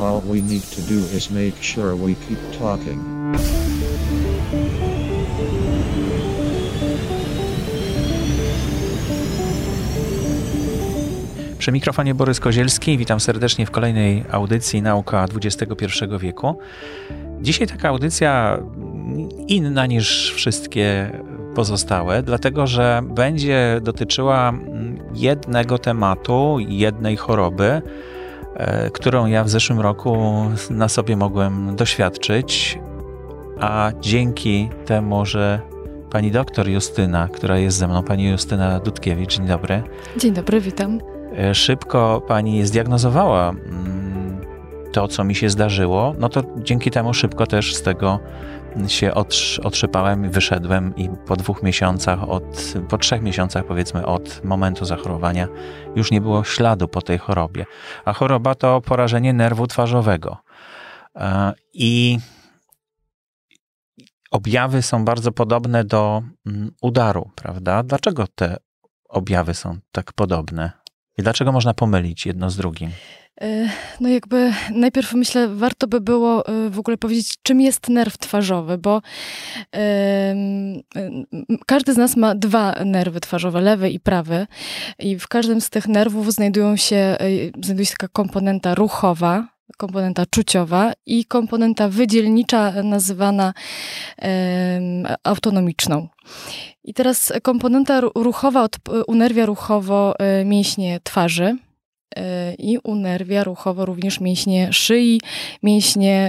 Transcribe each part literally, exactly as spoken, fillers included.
All we need to do is make sure we keep talking. Przy mikrofonie Borys Kozielski. Witam serdecznie w kolejnej audycji Nauka dwudziestego pierwszego wieku. Dzisiaj taka audycja inna niż wszystkie pozostałe, dlatego że będzie dotyczyła jednego tematu, jednej choroby, którą ja w zeszłym roku na sobie mogłem doświadczyć, a dzięki temu, że pani doktor Justyna, która jest ze mną, pani Justyna Dudkiewicz, dzień dobry. Dzień dobry, witam. Szybko pani zdiagnozowała to, co mi się zdarzyło, no to dzięki temu szybko też z tego się otrz- otrzypałem, wyszedłem i po dwóch miesiącach, od, po trzech miesiącach powiedzmy od momentu zachorowania już nie było śladu po tej chorobie. A choroba to porażenie nerwu twarzowego. I objawy są bardzo podobne do udaru, prawda? Dlaczego te objawy są tak podobne? I dlaczego można pomylić jedno z drugim? No jakby najpierw myślę, warto by było w ogóle powiedzieć, czym jest nerw twarzowy, bo um, każdy z nas ma dwa nerwy twarzowe, lewy i prawy, i w każdym z tych nerwów znajdują się, znajduje się taka komponenta ruchowa, komponenta czuciowa i komponenta wydzielnicza nazywana um, autonomiczną. I teraz komponenta ruchowa od, unerwia ruchowo mięśnie twarzy i unerwia ruchowo również mięśnie szyi, mięśnie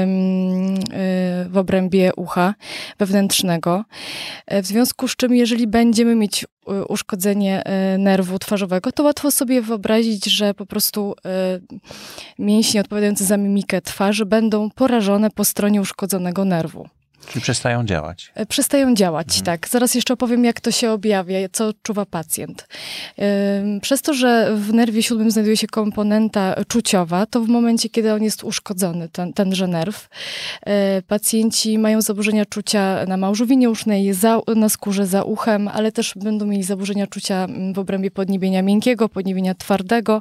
w obrębie ucha wewnętrznego. W związku z czym, jeżeli będziemy mieć uszkodzenie nerwu twarzowego, to łatwo sobie wyobrazić, że po prostu mięśnie odpowiadające za mimikę twarzy będą porażone po stronie uszkodzonego nerwu. Czyli przestają działać. Przestają działać, mhm. tak. Zaraz jeszcze opowiem, jak to się objawia, co odczuwa pacjent. Przez to, że w nerwie siódmym znajduje się komponenta czuciowa, to w momencie, kiedy on jest uszkodzony, ten, tenże nerw, pacjenci mają zaburzenia czucia na małżowinie usznej, za, na skórze za uchem, ale też będą mieli zaburzenia czucia w obrębie podniebienia miękkiego, podniebienia twardego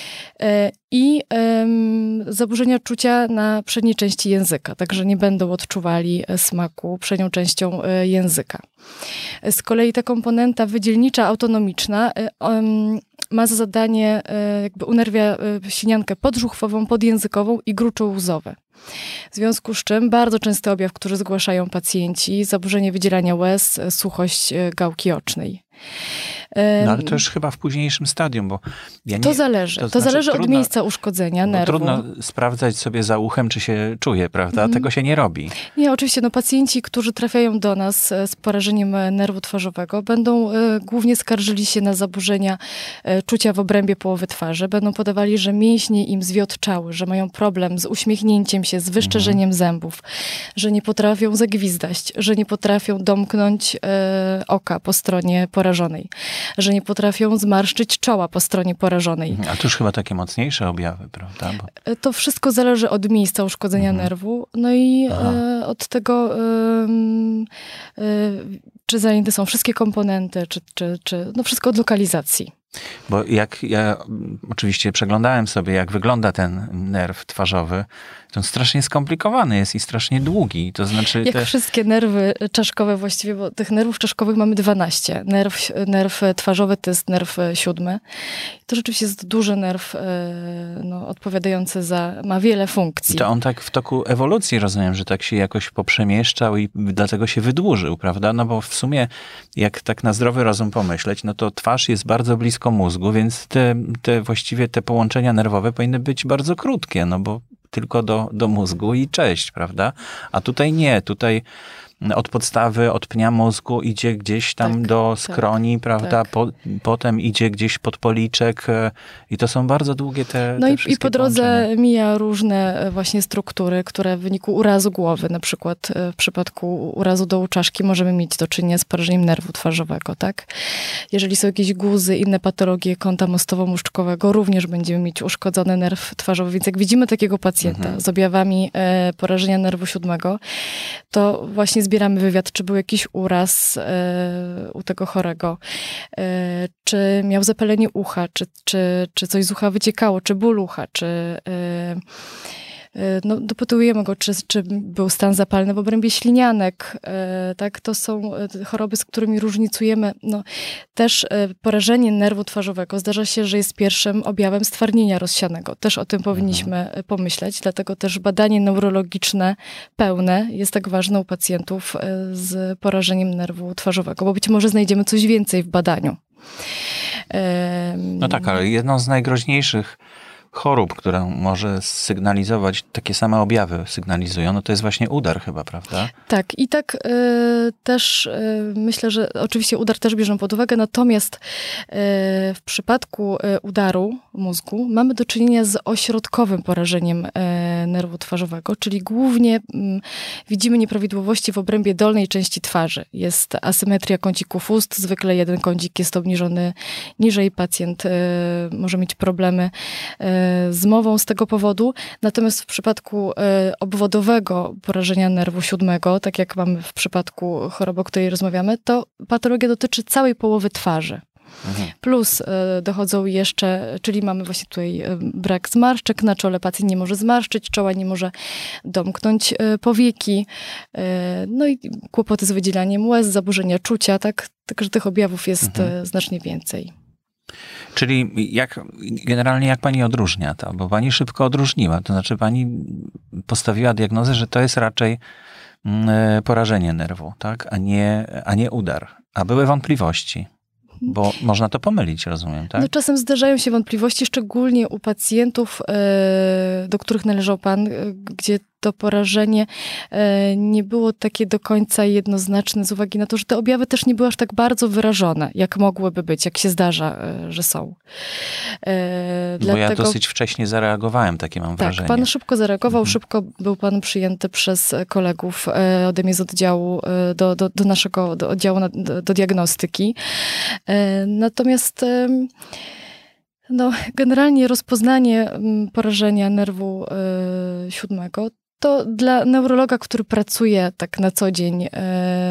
i um, zaburzenia czucia na przedniej części języka, także nie będą odczuwali smaku przednią częścią języka. Z kolei ta komponenta wydzielnicza, autonomiczna um, ma za zadanie, jakby unerwia siniankę podżuchwową, podjęzykową i gruczołzowe. W związku z czym bardzo częsty objaw, który zgłaszają pacjenci, zaburzenie wydzielania łez, suchość gałki ocznej. No ale to już chyba w późniejszym stadium, bo ja nie, to zależy. To, to znaczy, zależy trudno, od miejsca uszkodzenia nerwu. Trudno sprawdzać sobie za uchem, czy się czuje, prawda? Mm. Tego się nie robi. Nie, oczywiście. No, pacjenci, którzy trafiają do nas z porażeniem nerwu twarzowego, będą y, głównie skarżyli się na zaburzenia y, czucia w obrębie połowy twarzy. Będą podawali, że mięśnie im zwiotczały, że mają problem z uśmiechnięciem się, z wyszczerzeniem mm. zębów, że nie potrafią zagwizdać, że nie potrafią domknąć y, oka po stronie porażonej, że nie potrafią zmarszczyć czoła po stronie porażonej. A to już chyba takie mocniejsze objawy, prawda? Bo... To wszystko zależy od miejsca uszkodzenia mhm. nerwu, no i e, od tego, e, e, czy zajęte są wszystkie komponenty, czy, czy, czy no wszystko od lokalizacji. Bo jak ja oczywiście przeglądałem sobie, jak wygląda ten nerw twarzowy, to on strasznie skomplikowany jest i strasznie długi. To znaczy jak te... wszystkie nerwy czaszkowe właściwie, bo tych nerwów czaszkowych mamy dwanaście. Nerw, nerw twarzowy to jest nerw siódmy. To rzeczywiście jest duży nerw no, odpowiadający za, ma wiele funkcji. To on tak w toku ewolucji, rozumiem, że tak się jakoś poprzemieszczał i dlatego się wydłużył, prawda? No bo w sumie, jak tak na zdrowy rozum pomyśleć, no to twarz jest bardzo blisko mózgu, więc te, te właściwie te połączenia nerwowe powinny być bardzo krótkie, no bo tylko do, do mózgu i cześć, prawda? A tutaj nie, tutaj od podstawy, od pnia mózgu idzie gdzieś tam tak, do skroni, tak, prawda? Tak. Po, potem idzie gdzieś pod policzek i to są bardzo długie te No te i, wszystkie i po drodze połączenia. mija różne właśnie struktury, które w wyniku urazu głowy, na przykład w przypadku urazu dołu czaszki możemy mieć do czynienia z porażeniem nerwu twarzowego, tak? Jeżeli są jakieś guzy, inne patologie kąta mostowo-muszczkowego, również będziemy mieć uszkodzony nerw twarzowy, więc jak widzimy takiego pacjenta mhm. z objawami e, porażenia nerwu siódmego, to właśnie zbieramy wywiad, czy był jakiś uraz e, u tego chorego, e, czy miał zapalenie ucha, czy, czy, czy coś z ucha wyciekało, czy ból ucha, czy... E, No, dopytujemy go, czy, czy był stan zapalny w obrębie ślinianek. E, tak, to są choroby, z którymi różnicujemy. No, też e, porażenie nerwu twarzowego zdarza się, że jest pierwszym objawem stwardnienia rozsianego. Też o tym powinniśmy pomyśleć, dlatego też badanie neurologiczne pełne jest tak ważne u pacjentów e, z porażeniem nerwu twarzowego, bo być może znajdziemy coś więcej w badaniu. E, no tak, ale jedną z najgroźniejszych chorób, która może sygnalizować, takie same objawy sygnalizują, no to jest właśnie udar chyba, prawda? Tak, i tak y, też y, myślę, że oczywiście udar też bierzemy pod uwagę, natomiast y, w przypadku y, udaru mózgu mamy do czynienia z ośrodkowym porażeniem y, nerwu twarzowego, czyli głównie y, widzimy nieprawidłowości w obrębie dolnej części twarzy. Jest asymetria kącików ust, zwykle jeden kącik jest obniżony niżej, pacjent y, może mieć problemy y, z mową z tego powodu. Natomiast w przypadku e, obwodowego porażenia nerwu siódmego, tak jak mamy w przypadku choroby, o której rozmawiamy, to patologia dotyczy całej połowy twarzy. Mhm. Plus e, dochodzą jeszcze, czyli mamy właśnie tutaj e, brak zmarszczek na czole, pacjent nie może zmarszczyć czoła, nie może domknąć e, powieki, e, no i kłopoty z wydzielaniem łez, zaburzenia czucia, tak? Także tych objawów jest mhm. e, znacznie więcej. Czyli jak, generalnie jak pani odróżnia to? Bo pani szybko odróżniła, to znaczy pani postawiła diagnozę, że to jest raczej porażenie nerwu, tak? A nie, a nie udar. A były wątpliwości, bo można to pomylić, rozumiem, tak? No, czasem zdarzają się wątpliwości, szczególnie u pacjentów, do których należał pan, gdzie to porażenie nie było takie do końca jednoznaczne z uwagi na to, że te objawy też nie były aż tak bardzo wyrażone, jak mogłyby być, jak się zdarza, że są. Bo Dlatego... ja dosyć wcześnie zareagowałem, takie mam tak, wrażenie. Tak, pan szybko zareagował, mhm. szybko był pan przyjęty przez kolegów ode mnie z oddziału do, do, do naszego do oddziału na, do, do diagnostyki. Natomiast no, generalnie rozpoznanie porażenia nerwu y, siódmego to dla neurologa, który pracuje tak na co dzień y,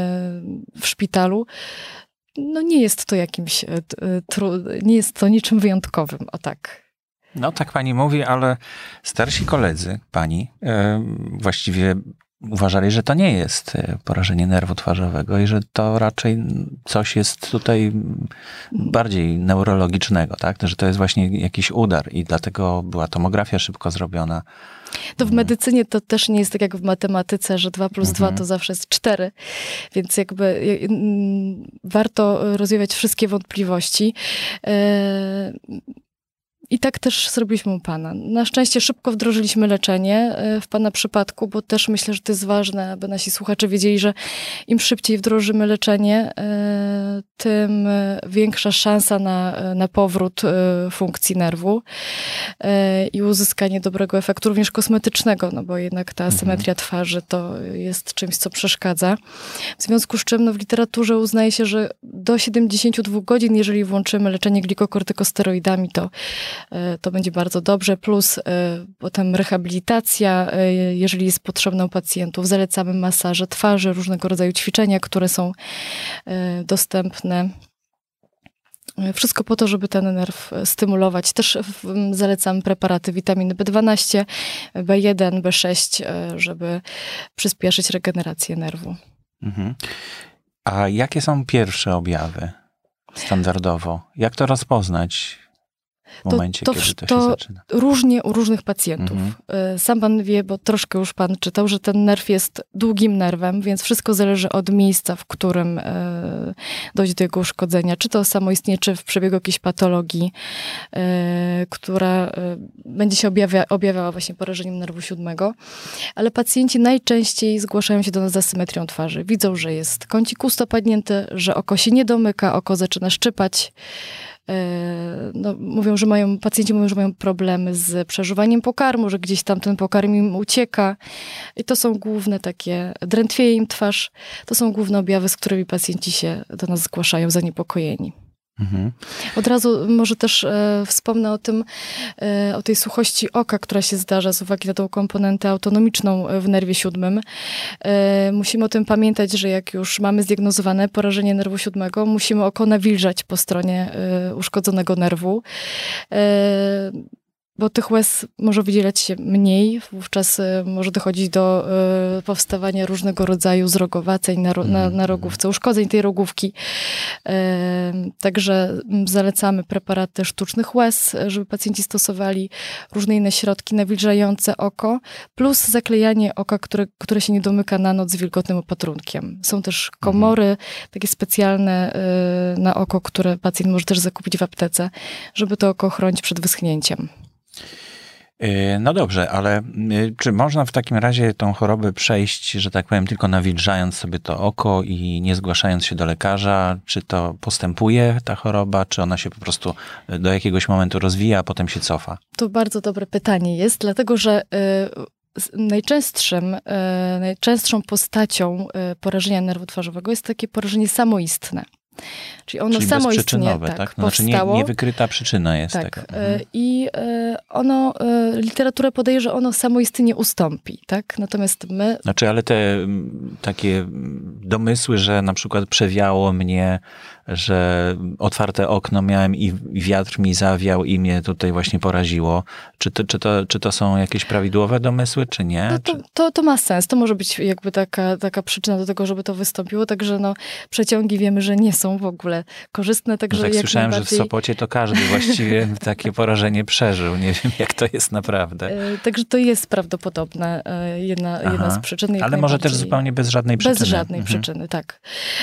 w szpitalu, no nie jest to jakimś, y, tru, nie jest to niczym wyjątkowym, o tak. No tak pani mówi, ale starsi koledzy pani y, właściwie uważali, że to nie jest porażenie nerwu twarzowego i że to raczej coś jest tutaj bardziej neurologicznego, tak? Że to jest właśnie jakiś udar i dlatego była tomografia szybko zrobiona. To w medycynie to też nie jest tak jak w matematyce, że dwa plus dwa to zawsze jest cztery, więc jakby warto rozwiewać wszystkie wątpliwości. I tak też zrobiliśmy u pana. Na szczęście szybko wdrożyliśmy leczenie w pana przypadku, bo też myślę, że to jest ważne, aby nasi słuchacze wiedzieli, że im szybciej wdrożymy leczenie, tym większa szansa na, na powrót funkcji nerwu i uzyskanie dobrego efektu, również kosmetycznego, no bo jednak ta asymetria twarzy to jest czymś, co przeszkadza. W związku z czym no, w literaturze uznaje się, że do siedemdziesięciu dwóch godzin, jeżeli włączymy leczenie glikokortykosteroidami, to to będzie bardzo dobrze, plus y, potem rehabilitacja, y, jeżeli jest potrzebna u pacjentów. Zalecamy masaże twarzy, różnego rodzaju ćwiczenia, które są y, dostępne. Wszystko po to, żeby ten nerw stymulować. Też y, zalecam preparaty witaminy B dwanaście, B jeden, B sześć, y, żeby przyspieszyć regenerację nerwu. Mhm. A jakie są pierwsze objawy standardowo? Jak to rozpoznać? W momencie, to, to, kiedy to, to się zaczyna. Różnie u różnych pacjentów. Mhm. Sam pan wie, bo troszkę już pan czytał, że ten nerw jest długim nerwem, więc wszystko zależy od miejsca, w którym e, dojdzie do jego uszkodzenia. Czy to samoistnieje, czy w przebiegu jakiejś patologii, e, która e, będzie się objawia, objawiała właśnie porażeniem nerwu siódmego. Ale pacjenci najczęściej zgłaszają się do nas z asymetrią twarzy. Widzą, że jest kącik ust opadnięty, że oko się nie domyka, oko zaczyna szczypać. No, mówią, że mają, pacjenci mówią, że mają problemy z przeżuwaniem pokarmu, że gdzieś tam ten pokarm im ucieka. I to są główne takie, drętwieje im twarz. To są główne objawy, z którymi pacjenci się do nas zgłaszają zaniepokojeni. Mhm. Od razu może też e, wspomnę o tym, e, o tej suchości oka, która się zdarza z uwagi na tą komponentę autonomiczną w nerwie siódmym. E, musimy o tym pamiętać, że jak już mamy zdiagnozowane porażenie nerwu siódmego, musimy oko nawilżać po stronie e, uszkodzonego nerwu. E, bo tych łez może wydzielać się mniej, wówczas y, może dochodzić do y, powstawania różnego rodzaju zrogowaceń na, na, na rogówce, uszkodzeń tej rogówki. Y, także zalecamy preparaty sztucznych łez, żeby pacjenci stosowali różne inne środki nawilżające oko, plus zaklejanie oka, które, które się nie domyka na noc z wilgotnym opatrunkiem. Są też komory, mhm. takie specjalne y, na oko, które pacjent może też zakupić w aptece, żeby to oko chronić przed wyschnięciem. No dobrze, ale czy można w takim razie tą chorobę przejść, że tak powiem, tylko nawilżając sobie to oko i nie zgłaszając się do lekarza? Czy to postępuje, ta choroba, czy ona się po prostu do jakiegoś momentu rozwija, a potem się cofa? To bardzo dobre pytanie jest, dlatego że y, najczęstszym, y, najczęstszą postacią y, porażenia nerwu twarzowego jest takie porażenie samoistne. Czyli ono Czyli samoistnie bezprzyczynowe, tak, tak? No, znaczy nie, niewykryta przyczyna jest tak, taka. Mhm. I ono, literatura podaje, że ono samoistnie ustąpi, tak? Natomiast my... Znaczy, ale te takie domysły, że na przykład przewiało mnie, że otwarte okno miałem i wiatr mi zawiał i mnie tutaj właśnie poraziło. Czy to, czy to, czy to są jakieś prawidłowe domysły, czy nie? No to, to, to ma sens. To może być jakby taka, taka przyczyna do tego, żeby to wystąpiło. Także no, przeciągi wiemy, że nie są w ogóle korzystne. Także no tak jak słyszałem, najbardziej... że w Sopocie to każdy właściwie takie porażenie przeżył. Nie wiem, jak to jest naprawdę. Także to jest prawdopodobna jedna, jedna z przyczyn. Ale może też zupełnie bez żadnej przyczyny. Bez żadnej mhm. przyczyny, tak.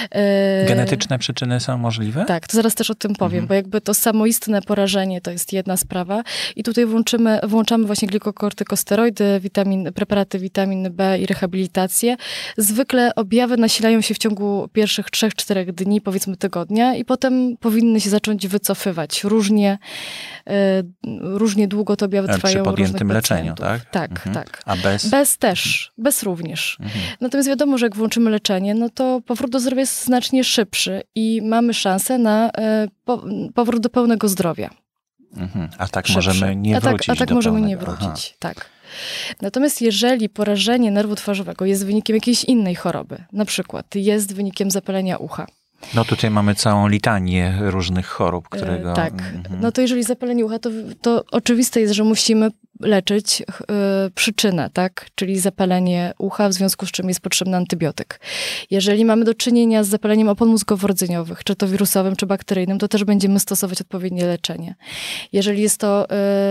Genetyczne przyczyny są możliwe? Tak, to zaraz też o tym powiem, mhm. bo jakby to samoistne porażenie to jest jedna sprawa i tutaj włączymy, włączamy właśnie glikokortykosteroidy, witamin, preparaty witamin B i rehabilitację. Zwykle objawy nasilają się w ciągu pierwszych trzech, czterech dni, powiedzmy tygodnia i potem powinny się zacząć wycofywać. Różnie, y, różnie długo te objawy Ale trwają przy podjętym różnych leczeniu, pacjentów. tak? Tak, mhm. tak. A bez? Bez też, mhm. bez również. Mhm. Natomiast wiadomo, że jak włączymy leczenie, no to powrót do zdrowia jest znacznie szybszy i mamy szansę na y, po, powrót do pełnego zdrowia. Mhm. A tak Szybszy. możemy nie wrócić A tak, a tak do możemy pełnego. nie wrócić, Aha. tak. Natomiast jeżeli porażenie nerwu twarzowego jest wynikiem jakiejś innej choroby, na przykład jest wynikiem zapalenia ucha. No tutaj mamy całą litanię różnych chorób, którego... E, tak, mhm. no to jeżeli zapalenie ucha, to, to oczywiste jest, że musimy leczyć y, przyczynę, tak? Czyli zapalenie ucha, w związku z czym jest potrzebny antybiotyk. Jeżeli mamy do czynienia z zapaleniem opon mózgowo-rdzeniowych, czy to wirusowym, czy bakteryjnym, to też będziemy stosować odpowiednie leczenie. Jeżeli jest to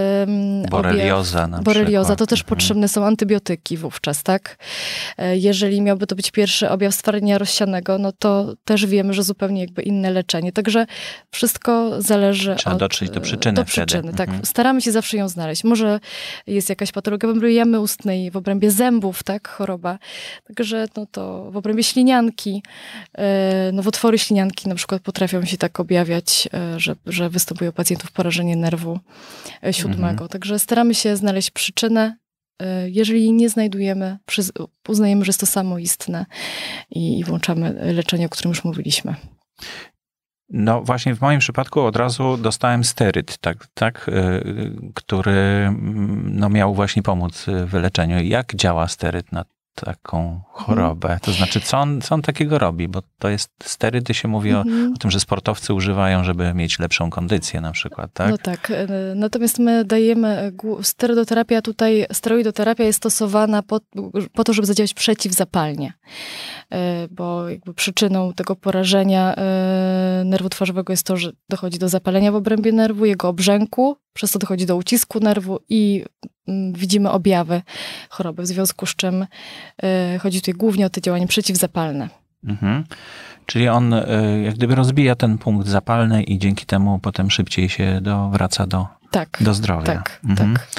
y, borelioza objaw, na borelioza, przykład. to też mhm. potrzebne są antybiotyki wówczas, tak? Jeżeli miałby to być pierwszy objaw stwardnienia rozsianego, no to też wiemy, że zupełnie jakby inne leczenie. Także wszystko zależy Trzeba od... dotrzeć do przyczyny Do przyczyny, wtedy. tak. Mhm. Staramy się zawsze ją znaleźć. Może jest jakaś patologia w obrębie jamy ustnej, w obrębie zębów, tak, choroba. Także no to w obrębie ślinianki, e, nowotwory ślinianki na przykład potrafią się tak objawiać, e, że, że występuje u pacjentów porażenie nerwu e, siódmego. Mhm. Także staramy się znaleźć przyczynę. E, jeżeli nie znajdujemy, przyz, uznajemy, że jest to samoistne i, i włączamy leczenie, o którym już mówiliśmy. No właśnie w moim przypadku od razu dostałem steryd, tak, tak, który no, miał właśnie pomóc w wyleczeniu. Jak działa steryd na taką chorobę? Hmm. To znaczy, co on, co on takiego robi? Bo to jest, sterydy się mówi hmm. o, o tym, że sportowcy używają, żeby mieć lepszą kondycję na przykład, tak? No tak. Natomiast my dajemy, sterydoterapia tutaj, steroidoterapia jest stosowana po, po to, żeby zadziałać przeciwzapalnie. Bo jakby przyczyną tego porażenia nerwu twarzowego jest to, że dochodzi do zapalenia w obrębie nerwu, jego obrzęku, przez to dochodzi do ucisku nerwu i widzimy objawy choroby, w związku z czym chodzi tutaj głównie o te działania przeciwzapalne. Mhm. Czyli on jak gdyby rozbija ten punkt zapalny i dzięki temu potem szybciej się do, wraca do, tak, do zdrowia. Tak, mhm. tak.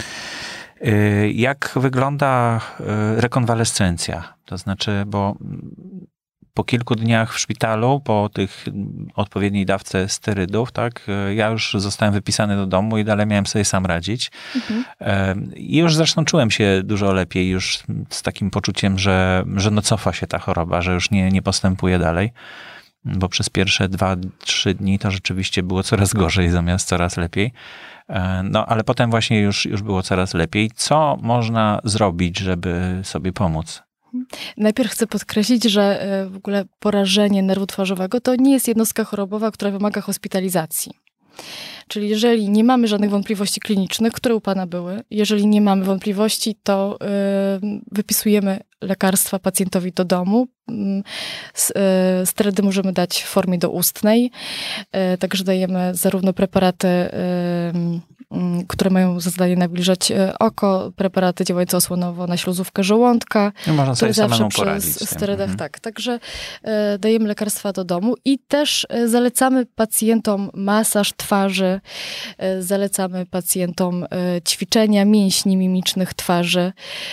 Jak wygląda rekonwalescencja? To znaczy, bo po kilku dniach w szpitalu, po tych odpowiedniej dawce sterydów, tak, ja już zostałem wypisany do domu i dalej miałem sobie sam radzić. Mhm. I już zresztą czułem się dużo lepiej, już z takim poczuciem, że, że no cofa się ta choroba, że już nie, nie postępuje dalej. bo przez pierwsze dwa, trzy dni to rzeczywiście było coraz gorzej zamiast coraz lepiej. No, ale potem właśnie już, już było coraz lepiej. Co można zrobić, żeby sobie pomóc? Najpierw chcę podkreślić, że w ogóle porażenie nerwu twarzowego to nie jest jednostka chorobowa, która wymaga hospitalizacji. Czyli jeżeli nie mamy żadnych wątpliwości klinicznych, które u pana były, jeżeli nie mamy wątpliwości, to yy, wypisujemy lekarstwa pacjentowi do domu. Sterydy możemy dać w formie doustnej, także dajemy zarówno preparaty, które mają za zadanie nawilżać oko, preparaty działające osłonowo na śluzówkę żołądka. No można sobie zawsze przy sterydach, mhm. tak. Także dajemy lekarstwa do domu i też zalecamy pacjentom masaż twarzy, zalecamy pacjentom ćwiczenia mięśni mimicznych twarzy.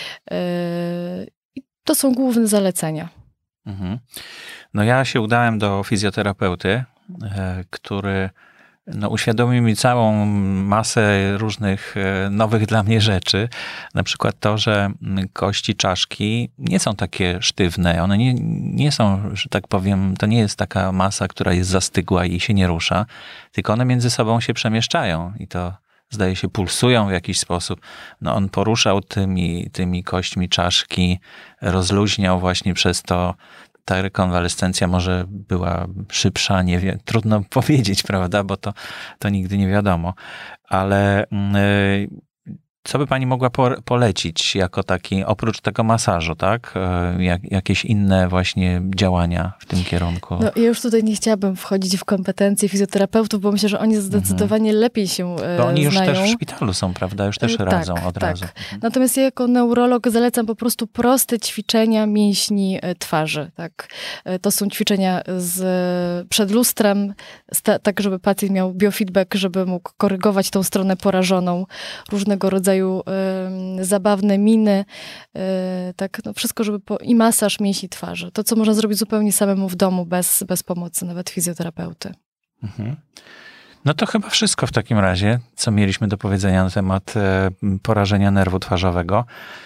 To są główne zalecenia. Mhm. No ja się udałem do fizjoterapeuty, który no, uświadomił mi całą masę różnych nowych dla mnie rzeczy. Na przykład to, że kości czaszki nie są takie sztywne. One nie, nie są, że tak powiem, to nie jest taka masa, która jest zastygła i się nie rusza, tylko one między sobą się przemieszczają i to zdaje się pulsują w jakiś sposób. No on poruszał tymi, tymi kośćmi czaszki, rozluźniał właśnie przez to. Ta rekonwalescencja może była szybsza, nie wiem, trudno powiedzieć, prawda, bo to, to nigdy nie wiadomo. Ale yy, co by pani mogła po, polecić jako taki, oprócz tego masażu, tak? Jak, jakieś inne właśnie działania w tym kierunku? No ja już tutaj nie chciałabym wchodzić w kompetencje fizjoterapeutów, bo myślę, że oni zdecydowanie mhm. lepiej się znają. Bo oni już też w szpitalu są, prawda? Już też radzą tak, od tak. razu. Mhm. Natomiast ja jako neurolog zalecam po prostu proste ćwiczenia mięśni twarzy. Tak? To są ćwiczenia z, przed lustrem, tak żeby pacjent miał biofeedback, żeby mógł korygować tą stronę porażoną, różnego rodzaju y, zabawne miny, y, tak, no wszystko, żeby po, i masaż mięśni twarzy. To, co można zrobić zupełnie samemu w domu, bez, bez pomocy nawet fizjoterapeuty. Mhm. No to chyba wszystko w takim razie, co mieliśmy do powiedzenia na temat porażenia nerwu twarzowego.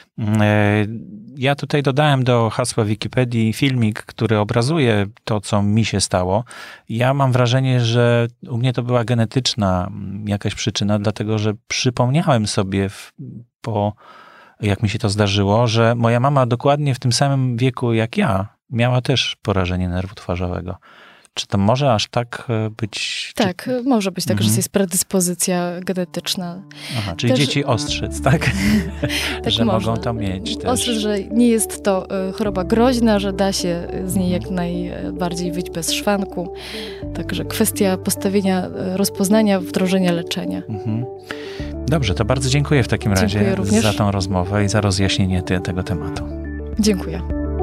Ja tutaj dodałem do hasła Wikipedii filmik, który obrazuje to, co mi się stało. Ja mam wrażenie, że u mnie to była genetyczna jakaś przyczyna, dlatego że przypomniałem sobie w, po, jak mi się to zdarzyło, że moja mama dokładnie w tym samym wieku jak ja miała też porażenie nerwu twarzowego. Czy to może aż tak być? Tak, czy... może być tak, mhm. że jest predyspozycja genetyczna. Aha, czyli też... dzieci ostrzyc, tak? tak że może. mogą to mieć też. Ostrzyc, że nie jest to choroba groźna, że da się z niej jak najbardziej wyjść bez szwanku. Także kwestia postawienia, rozpoznania, wdrożenia leczenia. Mhm. Dobrze, to bardzo dziękuję w takim razie dziękuję również. za tą rozmowę i za rozjaśnienie te, tego tematu. Dziękuję.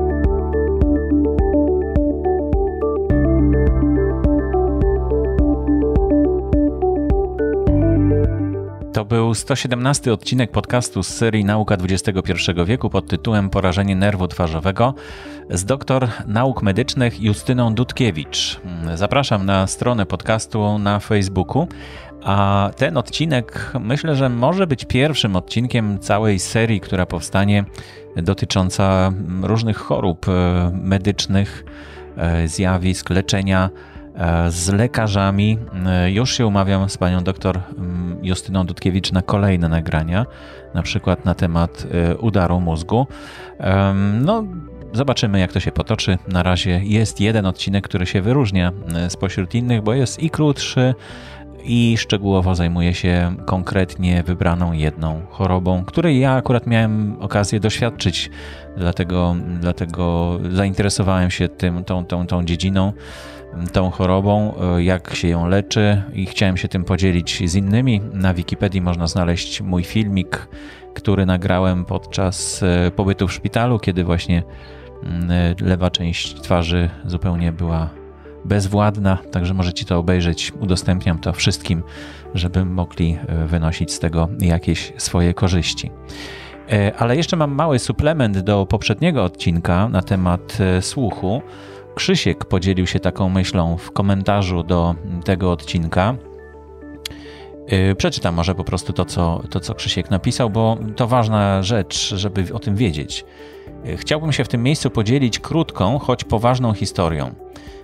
To był sto siedemnasty odcinek podcastu z serii Nauka dwudziestego pierwszego wieku pod tytułem Porażenie nerwu twarzowego z doktor nauk medycznych Justyną Dudkiewicz. Zapraszam na stronę podcastu na Facebooku, a ten odcinek myślę, że może być pierwszym odcinkiem całej serii, która powstanie dotycząca różnych chorób medycznych, zjawisk, leczenia z lekarzami. Już się umawiam z panią doktor Justyną Dudkiewicz na kolejne nagrania, na przykład na temat udaru mózgu. No, zobaczymy, jak to się potoczy. Na razie jest jeden odcinek, który się wyróżnia spośród innych, bo jest i krótszy, i szczegółowo zajmuje się konkretnie wybraną jedną chorobą, której ja akurat miałem okazję doświadczyć, dlatego, dlatego zainteresowałem się tym, tą, tą, tą dziedziną, tą chorobą, jak się ją leczy i chciałem się tym podzielić z innymi. Na Wikipedii można znaleźć mój filmik, który nagrałem podczas pobytu w szpitalu, kiedy właśnie lewa część twarzy zupełnie była bezwładna, także możecie to obejrzeć. Udostępniam to wszystkim, żeby mogli wynosić z tego jakieś swoje korzyści. Ale jeszcze mam mały suplement do poprzedniego odcinka na temat słuchu. Krzysiek podzielił się taką myślą w komentarzu do tego odcinka. Przeczytam może po prostu to co, to, co Krzysiek napisał, bo to ważna rzecz, żeby o tym wiedzieć. Chciałbym się w tym miejscu podzielić krótką, choć poważną historią.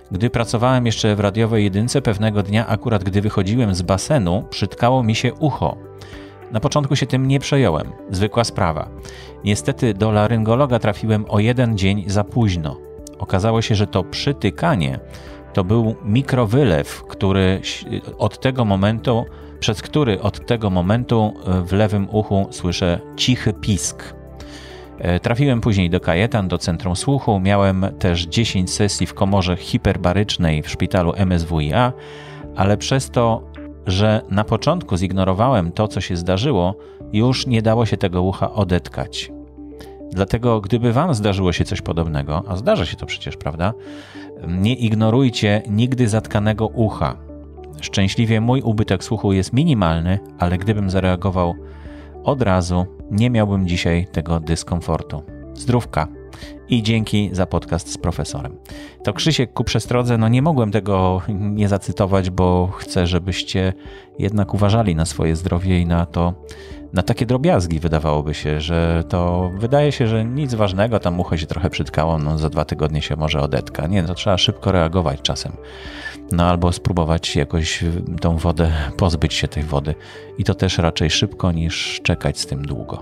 Gdy pracowałem jeszcze w radiowej jedynce, pewnego dnia, akurat gdy wychodziłem z basenu, przytkało mi się ucho. Na początku się tym nie przejąłem. Zwykła sprawa. Niestety do laryngologa trafiłem o jeden dzień za późno. Okazało się, że to przytykanie to był mikrowylew, który od tego momentu, przez który od tego momentu w lewym uchu słyszę cichy pisk. Trafiłem później do Kajetan, do Centrum Słuchu. Miałem też dziesięć sesji w komorze hiperbarycznej w szpitalu M S W i A, ale przez to, że na początku zignorowałem to, co się zdarzyło, już nie dało się tego ucha odetkać. Dlatego gdyby wam zdarzyło się coś podobnego, a zdarza się to przecież, prawda? Nie ignorujcie nigdy zatkanego ucha. Szczęśliwie mój ubytek słuchu jest minimalny, ale gdybym zareagował od razu, nie miałbym dzisiaj tego dyskomfortu. Zdrówka i dzięki za podcast z profesorem. To Krzysiek ku przestrodze, no nie mogłem tego nie zacytować, bo chcę, żebyście jednak uważali na swoje zdrowie i na to, na takie drobiazgi wydawałoby się, że to wydaje się, że nic ważnego, tam ucho się trochę przytkało, no za dwa tygodnie się może odetka. Nie, to trzeba szybko reagować czasem. No albo spróbować jakoś tą wodę, pozbyć się tej wody i to też raczej szybko niż czekać z tym długo.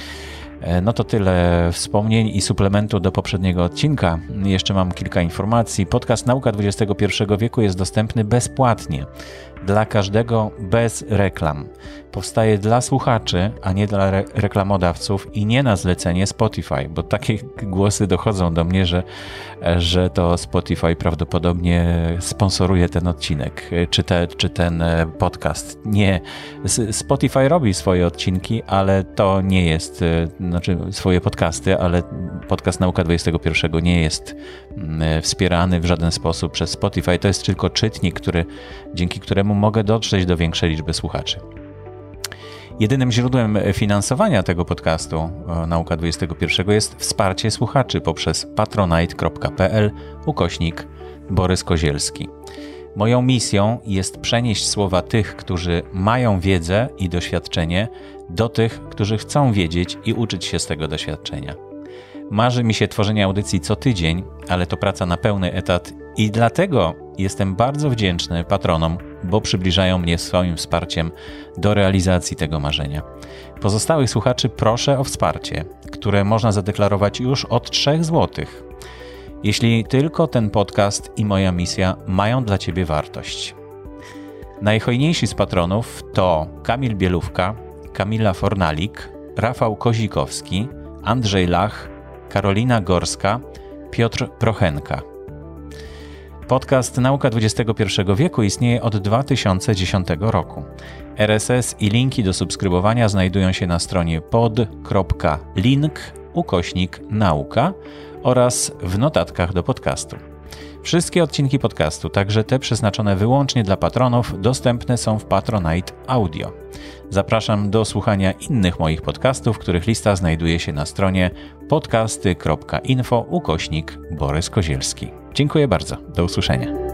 No to tyle wspomnień i suplementu do poprzedniego odcinka. Jeszcze mam kilka informacji. Podcast Nauka dwudziestego pierwszego wieku jest dostępny bezpłatnie. Dla każdego bez reklam. Powstaje dla słuchaczy, a nie dla re- reklamodawców i nie na zlecenie Spotify, bo takie głosy dochodzą do mnie, że, że to Spotify prawdopodobnie sponsoruje ten odcinek, czy, te, czy ten podcast. Nie. Spotify robi swoje odcinki, ale to nie jest, znaczy swoje podcasty, ale podcast Nauka dwudziestego pierwszego nie jest wspierany w żaden sposób przez Spotify. To jest tylko czytnik, który, dzięki któremu mogę dotrzeć do większej liczby słuchaczy. Jedynym źródłem finansowania tego podcastu Nauka dwudziestego pierwszego jest wsparcie słuchaczy poprzez patronite.pl ukośnik Borys Kozielski. Moją misją jest przenieść słowa tych, którzy mają wiedzę i doświadczenie, do tych, którzy chcą wiedzieć i uczyć się z tego doświadczenia. Marzy mi się tworzenie audycji co tydzień, ale to praca na pełny etat i dlatego jestem bardzo wdzięczny patronom, bo przybliżają mnie swoim wsparciem do realizacji tego marzenia. Pozostałych słuchaczy proszę o wsparcie, które można zadeklarować już od trzech złotych. Jeśli tylko ten podcast i moja misja mają dla Ciebie wartość. Najhojniejsi z patronów to Kamil Bielówka, Kamila Fornalik, Rafał Kozikowski, Andrzej Lach, Karolina Gorska, Piotr Prochenka. Podcast Nauka dwudziestego pierwszego wieku istnieje od dwa tysiące dziesiątego roku. R S S i linki do subskrybowania znajdują się na stronie pod.link ukośnik nauka oraz w notatkach do podcastu. Wszystkie odcinki podcastu, także te przeznaczone wyłącznie dla patronów, dostępne są w Patronite Audio. Zapraszam do słuchania innych moich podcastów, których lista znajduje się na stronie podcasty kropka info ukośnik Borys Kozielski. Dziękuję bardzo. Do usłyszenia.